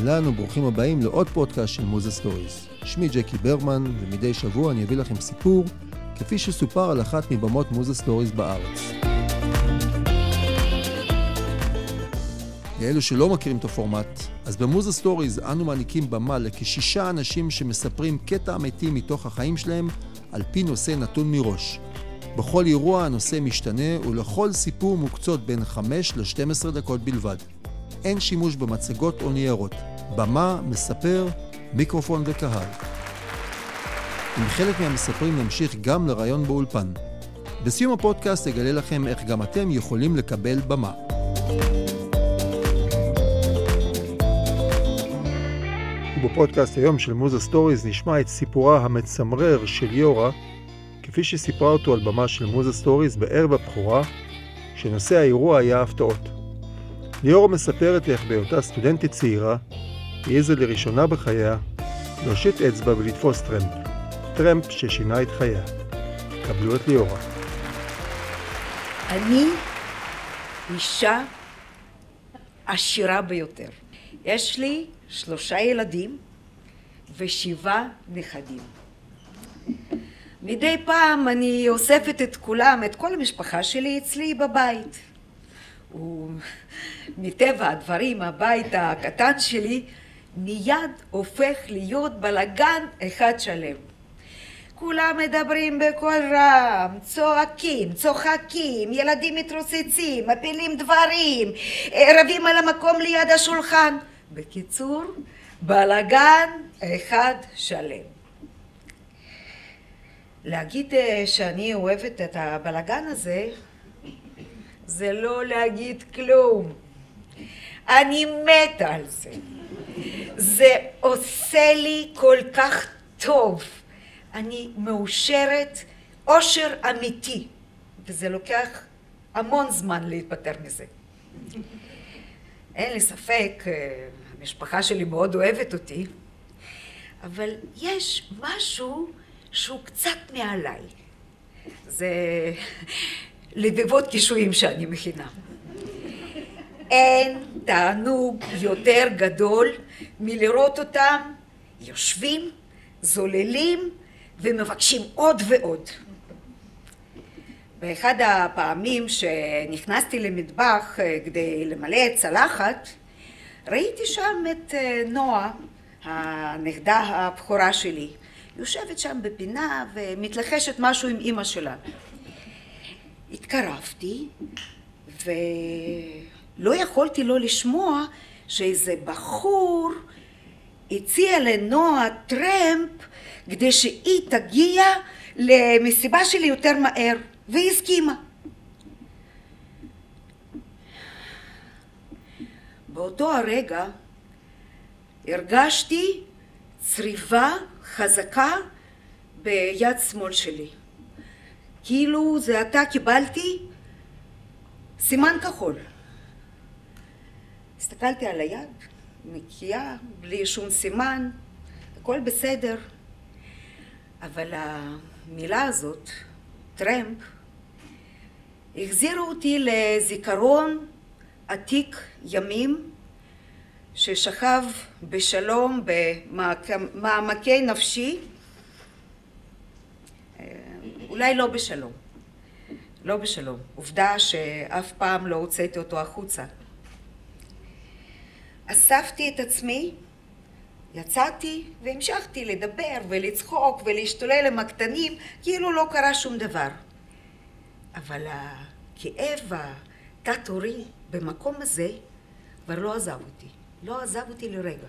אהלן וברוכים הבאים לעוד פודקאסט של מוזה סטוריז. שמי ג'קי ברמן, ומדי שבוע אני אביא לכם סיפור כפי שסופר על אחת מבמות מוזה סטוריז בארץ. לאלו שלא מכירים את הפורמט, אז במוזה סטוריז אנו מעניקים במה לכ6 אנשים שמספרים קטע אמיתי מתוך החיים שלהם על פי נושא נתון מראש. בכל אירוע הנושא משתנה ולכל סיפור מוקצות בין 5 ל-12 דקות בלבד. אין שימוש במצגות או ניירות. במה, מספר, מיקרופון וקהל. עם חלק מהמספרים נמשיך גם לרעיון באולפן. בסיום הפודקאסט אגלה לכם איך גם אתם יכולים לקבל במה. ובפודקאסט היום של מוזה סטוריז נשמע את סיפורה המצמרר של ליאורה, כפי שסיפרה אותו על במה של מוזה סטוריז בערב הבכורה, שנושא האירוע היה הפתעות. ליאורה מספרת איך בהיותה סטודנטית צעירה, העיזה לראשונה בחייה להושיט אצבע ולתפוס טרמפ ששינה את חייה. קבלו את ליאורה. אני אישה עשירה ביותר. יש לי 3 ילדים ו7 נכדים. מדי פעם אני אוספת את כולם, את כל המשפחה שלי אצלי בבית. ומטבע הדברים הבית הקטן שלי מיד הופך להיות בלגן אחד שלם. כולם מדברים בקול רם, צועקים, צוחקים, ילדים מתרוצצים, מפילים דברים, רבים על המקום ליד השולחן. בקיצור, בלגן אחד שלם. להגיד שאני אוהבת את הבלגן הזה, זה לא להגיד כלום. אני מתה על זה. זה עושה לי כל כך טוב. אני מאושרת, אושר אמיתי. וזה לוקח המון זמן להתפטר מזה. אין לי ספק, המשפחה שלי מאוד אוהבת אותי, אבל יש משהו שהוא קצת מעליי. זה לבבות קישואים שאני מכינה. אין תענוג יותר גדול מלראות אותם יושבים, זוללים ומבקשים עוד ועוד. באחד הפעמים שנכנסתי למטבח כדי למלא את צלחת, ראיתי שם את נועה, הנכדה הבכורה שלי, יושבת שם בפינה ומתלחשת משהו עם אמא שלה. התקרבתי ולא יכולתי לא לשמוע שאיזה בחור הציע לנועה טרמפ כדי שהיא תגיע למסיבה שלי יותר מהר, והיא הסכימה. באותו הרגע הרגשתי צריבה חזקה ביד שמאל שלי. כאילו זה עתה קיבלתי סימן כחול. הסתכלתי על היד, נקייה, בלי שום סימן, הכל בסדר. אבל המילה הזאת, טרמפ, החזירו אותי לזיכרון עתיק ימים ששכב בשלום במעמקי נפשי, אולי לא בשלום, לא בשלום, עובדה שאף פעם לא הוצאתי אותו החוצה. אספתי את עצמי, יצאתי והמשכתי לדבר ולצחוק ולהשתולל עם הקטנים, כאילו לא קרה שום דבר. אבל הכאב התת-הורי במקום הזה כבר לא עזב אותי, לא עזב אותי לרגע.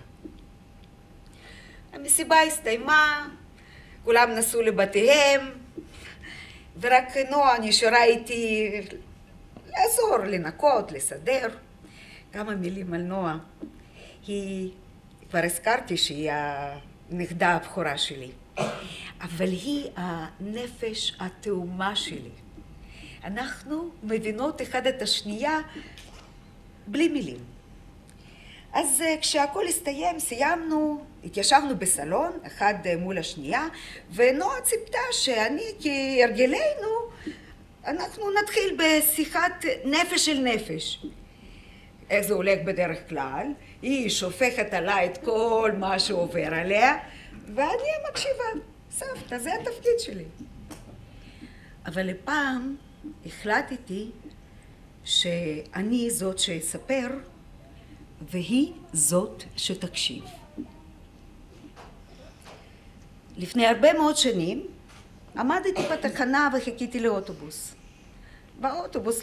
המסיבה הסתיימה, כולם נסעו לבתיהם, ורק נועה נשארה איתי לעזור, לנקות, לסדר. כמה מילים על נועה. היא, כבר הזכרתי שהיא הנכדה הבכורה שלי, אבל היא הנפש התאומה שלי. אנחנו מבינות אחד את השנייה בלי מילים. אז כשהכל הסתיים, סיימנו, התיישבנו בסלון, אחד מול השנייה, ונועה ציפתה שאני כהרגלנו, אנחנו נתחיל בשיחת נפש אל נפש. איך זה הולך בדרך כלל, היא שופכת עליי את כל מה שעובר עליה, ואני מקשיבה. סבתא, זה התפקיד שלי. אבל לפעם החלטתי שאני זאת שאספר, והיא זאת שתקשיב. לפני הרבה מאוד שנים עמדתי בתחנה וחיכיתי לאוטובוס. והאוטובוס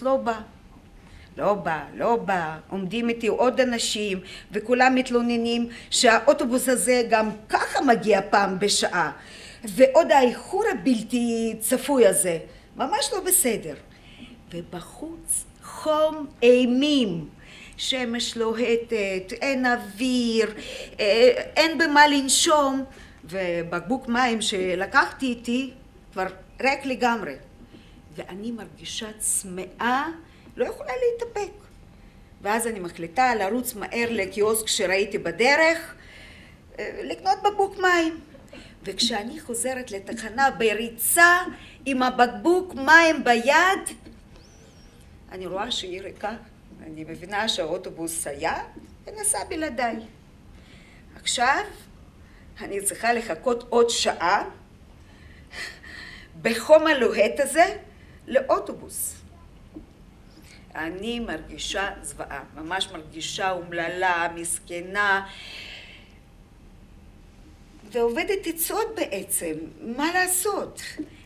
לא בא, עומדים איתי עוד אנשים וכולם מתלוננים שהאוטובוס הזה גם ככה מגיע פעם בשעה, ועוד האיחור הבלתי צפוי הזה, ממש לא בסדר. ובחוץ חום אימים, שמש לוהטת, אין אוויר, אין במה לנשום, ובקבוק מים שלקחתי איתי כבר ריק לגמרי. ואני מרגישה צמאה, לא יכולה להתאפק. ואז אני מחליטה לרוץ מהר לקיוסק שראיתי בדרך, לקנות בקבוק מים. וכשאני חוזרת לתחנה בריצה עם הבקבוק מים ביד, אני רואה שהיא ריקה. אני מבינה שהאוטובוס היה ונסע בלעדיי. עכשיו אני צריכה לחכות עוד שעה בחום הלוהט הזה לאוטובוס. אני מרגישה זוועה, ממש מרגישה אומללה, מסכנה, ועובדת עצות בעצם, מה לעשות?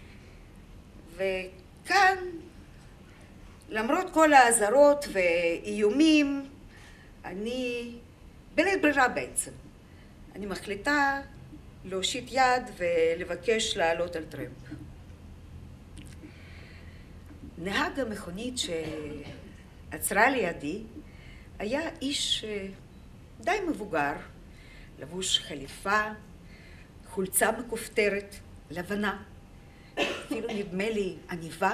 וכאן, למרות כל האזהרות ואיומים, אני בלית ברירה בעצם. אני מחליטה להושיט יד ולבקש לעלות על טרמפ. נהג המכונית שעצרה לידי היה איש די מבוגר, לבוש חליפה, חולצה מכופתרת, לבנה, אפילו נדמה לי עניבה.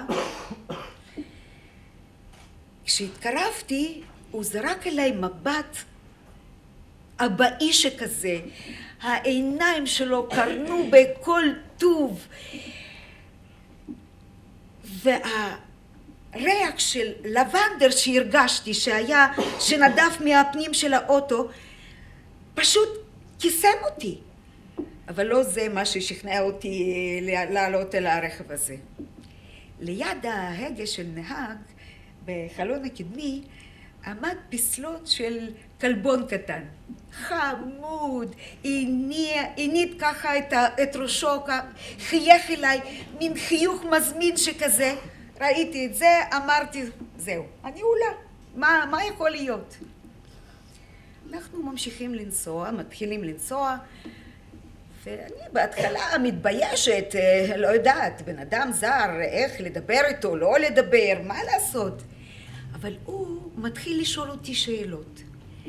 כשהתקרבתי הוא זרק אליי מבט אבאי שכזה, העיניים שלו קרנו בכל טוב, והריח של לבנדר שהרגשתי שנדף מהפנים של האוטו, פשוט קיסם אותי. אבל לא זה מה ששכנע אותי לעלות אל הרכב הזה. ליד ההגה של נהג, בחלון הקדמי, עמד פסלון של כלבון קטן. חמוד, הניד ככה את ראשו, חייך אליי, מין חיוך מזמין שכזה. ראיתי את זה, אמרתי, זהו, אני עולה, מה יכול להיות? אנחנו ממשיכים לנסוע, מתחילים לנסוע, ואני בהתחלה מתביישת, לא יודעת, בן אדם זר, איך לדבר איתו, לא לדבר, מה לעשות? אבל הוא מתחיל לשאול אותי שאלות.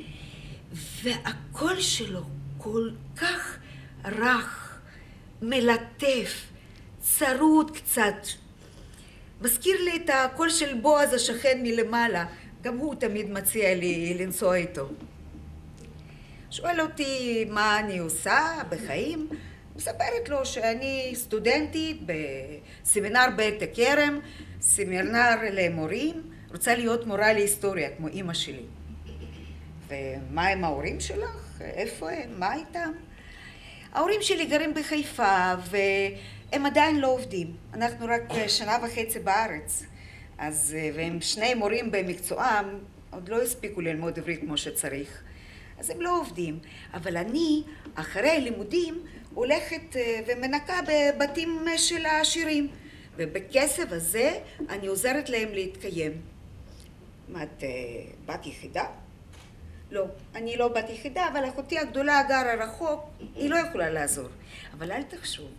והקול שלו כל כך רך, מלטף, צרוד קצת. מזכיר לי את הקול של בועז השכן מלמעלה, גם הוא תמיד מציע לי לנסוע איתו. שואל אותי מה אני עושה בחיים, מספרת לו שאני סטודנטית בסמינר בית הכרם, סמינר למורים, רוצה להיות מורה להיסטוריה כמו אמא שלי. ומה עם ההורים שלך? איפה הם? מה איתם? ההורים שלי גרים בחיפה והם עדיין לא עובדים. אנחנו רק 1.5 שנה בארץ. והם שני מורים במקצועם, עוד לא הספיקו ללמוד עברית כמו שצריך. אז הם לא עובדים. אבל אני, אחרי לימודים, הולכת ומנקה בבתים של העשירים. ובכסף הזה אני עוזרת להם להתקיים. מה, את בת יחידה? לא, אני לא בת יחידה, אבל אחותי הגדולה גרה רחוק, היא לא יכולה לעזור. אבל אל תחשוב,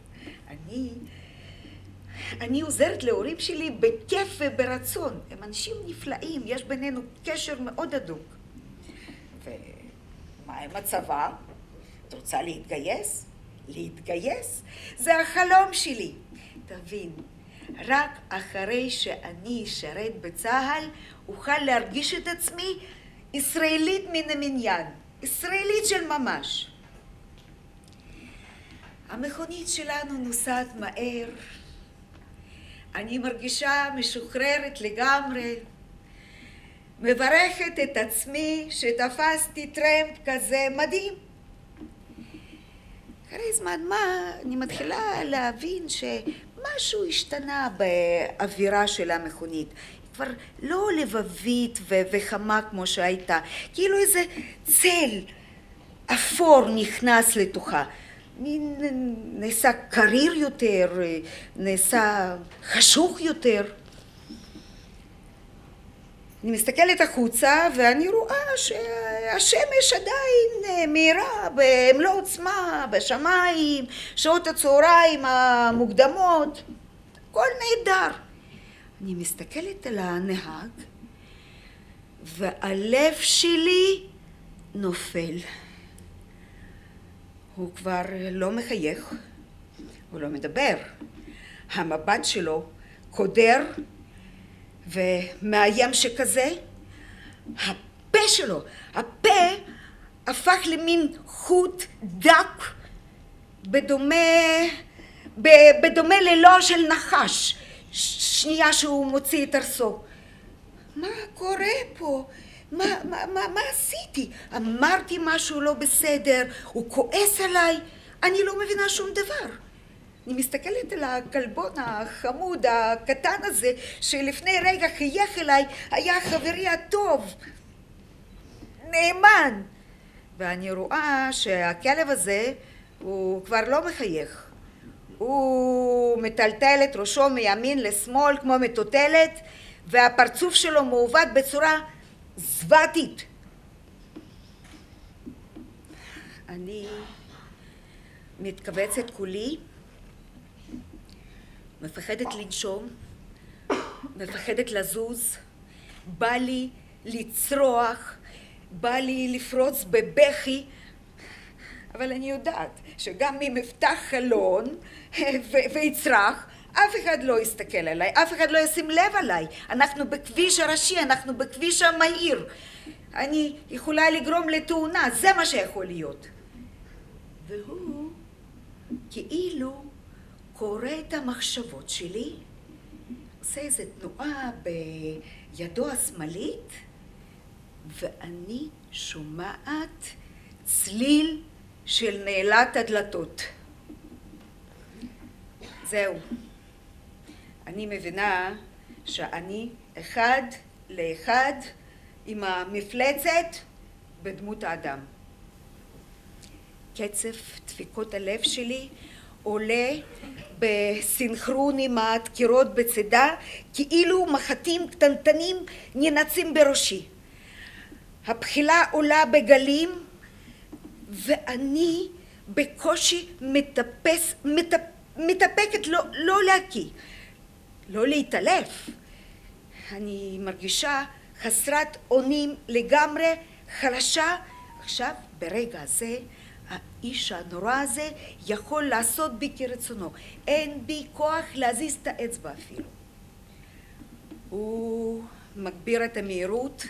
אני עוזרת להורים שלי בכיף וברצון. הם אנשים נפלאים, יש בינינו קשר מאוד הדוק. ומה עם הצבא? את רוצה להתגייס? להתגייס? זה החלום שלי. תבין, רק אחרי שאני אשרת בצה"ל, אוכל להרגיש את עצמי ישראלית מן המניין, ישראלית של ממש. המכונית שלנו נוסעת מהר, אני מרגישה משוחררת לגמרי, מברכת את עצמי שתפסתי טרמפ כזה מדהים. אחרי זמן מה אני מתחילה להבין שמשהו השתנה באווירה של המכונית. היא כבר לא לבבית וחמה כמו שהייתה, כאילו איזה צל אפור נכנס לתוכה. נעשה קריר יותר, נעשה חשוך יותר. אני מסתכלת החוצה ואני רואה שהשמש עדיין מהירה במלוא עוצמה בשמיים, שעות הצהריים המוקדמות, הכל נהדר. אני מסתכלת על הנהג והלב שלי נופל. הוא כבר לא מחייך, הוא לא מדבר. המבט שלו קודר ומאיים שכזה. הפה שלו, הפה הפך למין חוט דק בדומה ללא של נחש. שנייה שהוא מוציא את ארסו. מה קורה פה? מה עשיתי? אמרתי משהו לא בסדר, הוא כועס עליי, אני לא מבינה שום דבר. אני מסתכלת על הכלבון החמוד הקטן הזה שלפני רגע חייך אליי, היה חברי הטוב, נאמן. ואני רואה שהכלב הזה הוא כבר לא מחייך. הוא מטלטל את ראשו מימין לשמאל כמו מטוטלת, והפרצוף שלו מעוות בצורה זוועתית. אני מתכווצת כולי, מפחדת לנשום, מפחדת לזוז, בא לי לצרוח, בא לי לפרוץ בבכי, אבל אני יודעת שגם אם אפתח חלון ויצרח, אף אחד לא יסתכל עליי, אף אחד לא ישים לב עליי. אנחנו בכביש הראשי, אנחנו בכביש המהיר. אני יכולה לגרום לתאונה, זה מה שיכול להיות. והוא כאילו קורא את המחשבות שלי, עושה איזו תנועה בידו השמאלית, ואני שומעת צליל של נעילת הדלתות. זהו. אני מבינה שאני אחד לאחד עם המפלצת בדמות האדם. קצב דפיקות הלב שלי עולה בסינכרון עם הדקירות בצדה, כאילו מחטים קטנטנים ננצים בראשי. הבחילה עולה בגלים, ואני בקושי מתאפקת לא להקיא, לא להתעלף. אני מרגישה חסרת אונים לגמרי, חלשה. עכשיו, ברגע הזה, האיש הנורא הזה יכול לעשות בי כרצונו. אין בי כוח להזיז את האצבע אפילו. הוא מגביר את המהירות,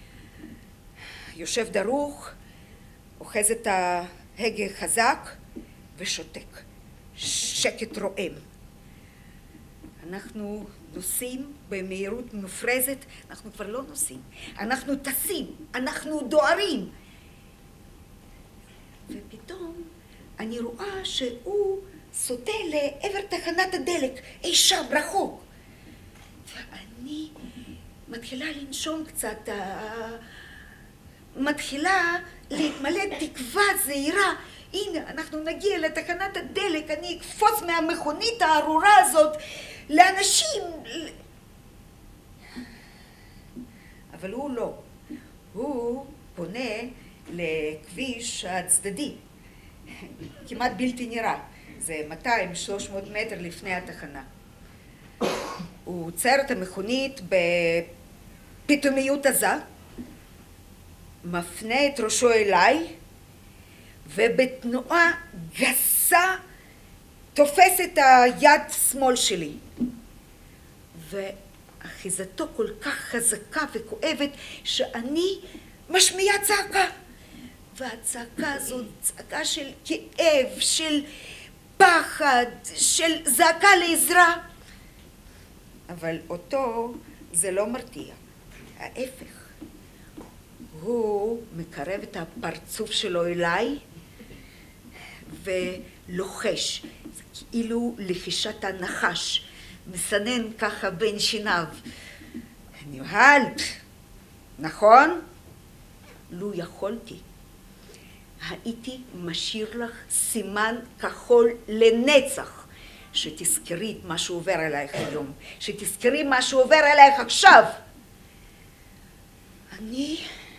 יושב דרוך, אוחז את ההגה חזק ושותק. שקט רועם. אנחנו נוסעים במהירות מופרזת, אנחנו כבר לא נוסעים, אנחנו טסים, אנחנו דוהרים. ופתאום אני רואה שהוא סוטה לעבר תחנת הדלק, אי שם רחוק. ואני מתחילה לנשום קצת, מתחילה להתמלא תקווה זהירה. הנה, אנחנו נגיע לתחנת הדלק, אני אקפוץ מהמכונית הארורה הזאת לאנשים. אבל הוא לא. הוא פונה לכביש הצדדי, כמעט בלתי נראה. זה 200-300 מטר לפני התחנה. הוא עוצר את המכונית בפתאומיות עזה, מפנה את ראשו אליי, ובתנועה גסה תופס את היד שמאל שלי. ואחיזתו כל כך חזקה וכואבת שאני משמיעה צעקה. והצעקה הזאת צעקה של כאב, של פחד, של זעקה לעזרה. אבל אותו זה לא מרתיע. ההפך. הוא מקרב את הפרצוף שלו אליי ולוחש, זה כאילו לחישת הנחש, מסנן ככה בין שיניו. נבהלת, נכון? לו יכולתי, הייתי משאיר לך סימן כחול לנצח, שתזכרי את מה שעובר עלייך היום, שתזכרי מה שעובר עלייך עכשיו. אני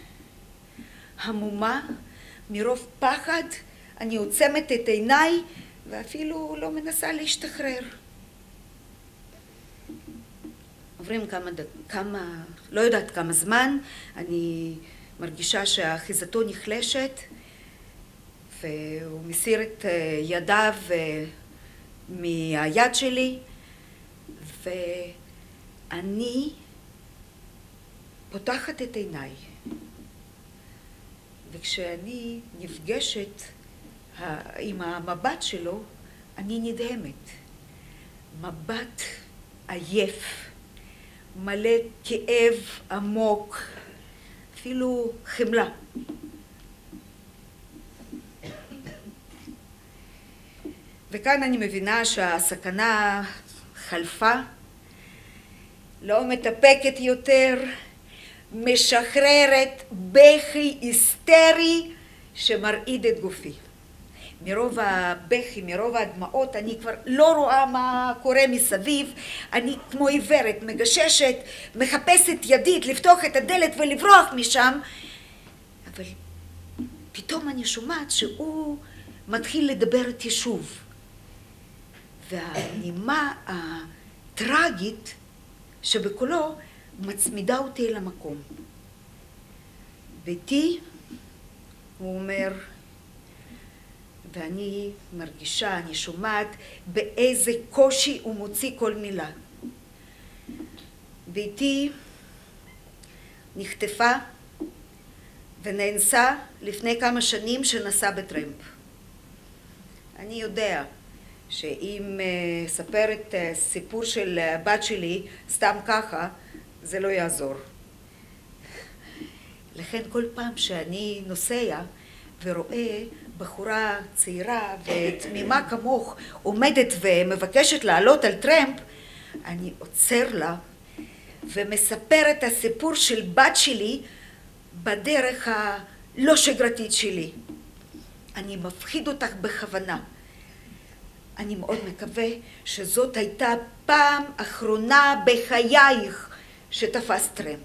המומה, מרוב פחד, אני עוצמת את עיניי ואפילו לא מנסה להשתחרר. עוברים לא יודעת כמה זמן, אני מרגישה שאחיזתו נחלשת, והוא מסיר את ידיו מהיד שלי, ואני פותחת את עיניי. וכשאני נפגשת עם המבט שלו, אני נדהמת. מבט עייף, מלא כאב עמוק, אפילו חמלה. וכאן אני מבינה שהסכנה חלפה, לא מתאפקת יותר, משחררת בכי היסטרי שמרעיד את גופי. מרוב הבכי, מרוב הדמעות, אני כבר לא רואה מה קורה מסביב, אני כמו עיוורת, מגששת, מחפשת ידית לפתוח את הדלת ולברוח משם, אבל פתאום אני שומעת שהוא מתחיל לדבר איתי שוב. והנימה הטרגית שבקולו מצמידה אותי אל המקום. ביתי, הוא אומר, ואני מרגישה, אני שומעת באיזה קושי הוא מוציא כל מילה. ביתי נחטפה ונאנסה לפני כמה שנים שנסע בטרמפ. אני יודע שאם אספר את הסיפור של הבת שלי סתם ככה, זה לא יעזור. לכן כל פעם שאני נוסע ורואה בחורה צעירה ותמימה כמוך עומדת ומבקשת לעלות על טרמפ, אני עוצר לה ומספר את הסיפור של בת שלי בדרך הלא שגרתית שלי. אני מפחיד אותך בכוונה. אני מאוד מקווה שזאת הייתה פעם אחרונה בחייך שתפס טרמפ.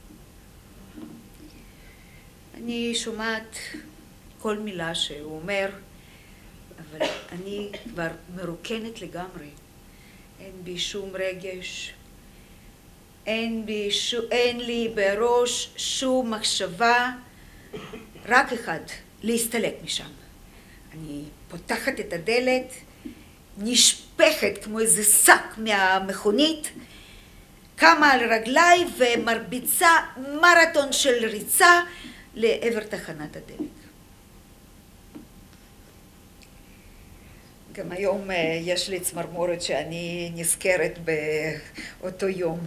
אני שומעת כל מילה שהוא אומר, אבל אני כבר מרוקנת לגמרי. אין בי שום רגש, אין לי בראש שום מחשבה, רק אחד, להסתלק משם. אני פותחת את הדלת, נשפכת כמו איזה שק מהמכונית, קמה על רגליי ומרביצה מרתון של ריצה לעבר תחנת הדלק. גם היום יש לי צמרמורת שאני נזכרת באותו יום.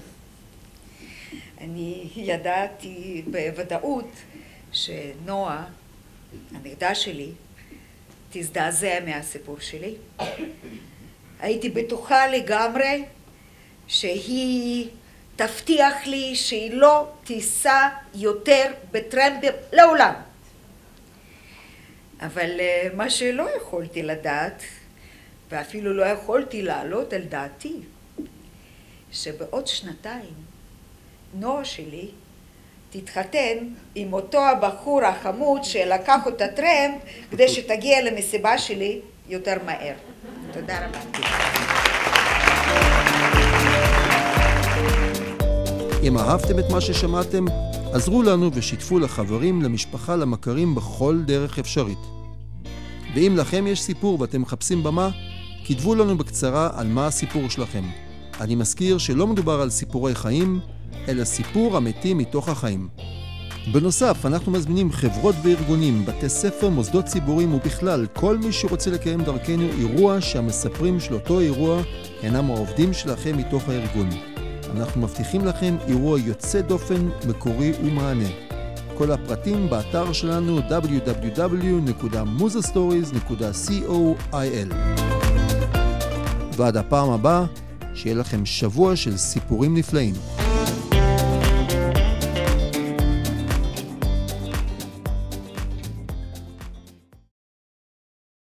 אני ידעתי בוודאות שנועה, הנכדה שלי, תזדעזע מהסיפור שלי. הייתי בטוחה לגמרי שהיא תבטיח לי שהיא לא תיסע יותר בטרמפ לעולם. אבל מה שלא יכולתי לדעת, ואפילו לא יכולתי לעלות על דעתי, שבעוד שנתיים נועה שלי תתחתן עם אותו הבחור החמוד שלקח אותה טרמפ כדי שתגיע למסיבה שלי יותר מהר. תודה רבה. אם אהבתם את מה ששמעתם, עזרו לנו ושיתפו לחברים, למשפחה, למכרים בכל דרך אפשרית. ואם לכם יש סיפור ואתם מחפשים במה, כתבו לנו בקצרה על מה הסיפור שלכם. אני מזכיר שלא מדובר על סיפורי חיים, אלא סיפור אמיתי מתוך החיים. בנוסף, אנחנו מזמינים חברות וארגונים, בתי ספר, מוסדות ציבוריים ובכלל, כל מי שרוצה לקיים דרכנו אירוע שהמספרים של אותו אירוע אינם העובדים שלכם מתוך הארגון. אנחנו מבטיחים לכם אירוע יוצא דופן, מקורי ומענה. כל הפרטים באתר שלנו www.musastories.co.il. ועד הפעם הבאה, שיהיה לכם שבוע של סיפורים נפלאים.